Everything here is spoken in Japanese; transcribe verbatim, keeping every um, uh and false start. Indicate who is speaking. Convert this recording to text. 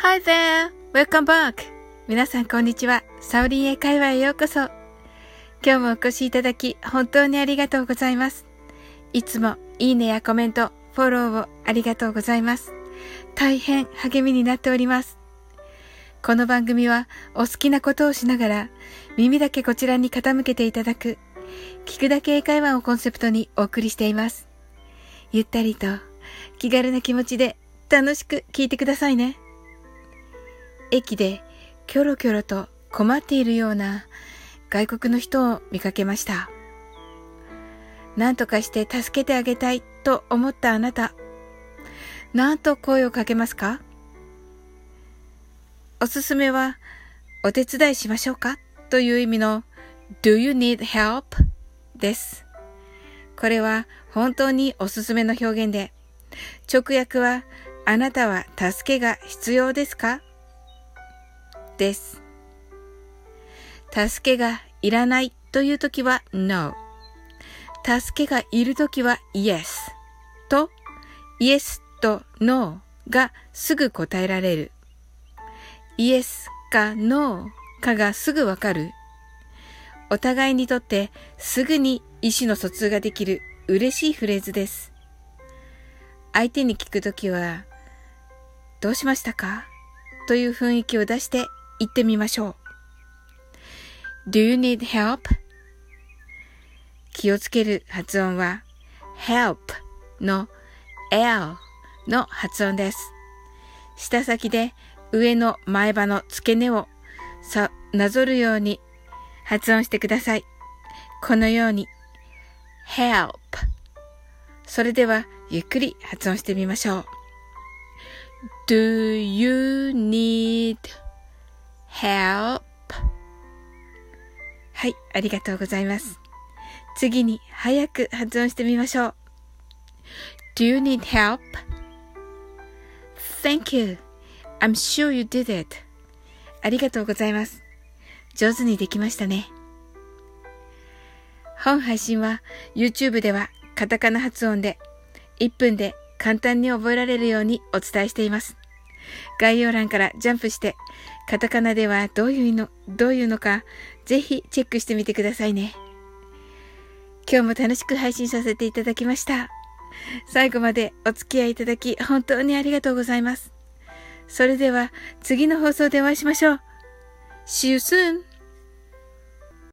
Speaker 1: Hi there! Welcome back! 皆さんこんにちは。サオリン英会話へようこそ。今日もお越しいただき本当にありがとうございます。いつもいいねやコメント、フォローをありがとうございます。大変励みになっております。この番組はお好きなことをしながら耳だけこちらに傾けていただく聞くだけ英会話をコンセプトにお送りしています。ゆったりと気軽な気持ちで楽しく聞いてくださいね。駅でキョロキョロと困っているような外国の人を見かけました。何とかして助けてあげたいと思ったあなた、何と声をかけますか？おすすめは、お手伝いしましょうかという意味の Do you need help? です。これは本当におすすめの表現で、直訳はあなたは助けが必要ですかです。助けがいらないというときは No。助けがいるときは Yes。と Yes と No がすぐ答えられる。Yes か No かがすぐわかる。お互いにとってすぐに意思の疎通ができる嬉しいフレーズです。相手に聞くときは、どうしましたかという雰囲気を出して言ってみましょう。Do you need help? 気をつける発音は help の L の発音です。舌先で上の前歯の付け根をさなぞるように発音してください。このように help。それではゆっくり発音してみましょう。Do you need help? はい、ありがとうございます。次に早く発音してみましょう。Do you need help? Thank you. I'm sure you did it. ありがとうございます。上手にできましたね。本配信は YouTube ではカタカナ発音でいっぷんで簡単に覚えられるようにお伝えしています。概要欄からジャンプしてカタカナではどういうの、どういうのかぜひチェックしてみてくださいね。今日も楽しく配信させていただきました。最後までお付き合いいただき本当にありがとうございます。それでは次の放送でお会いしましょう。See you soon!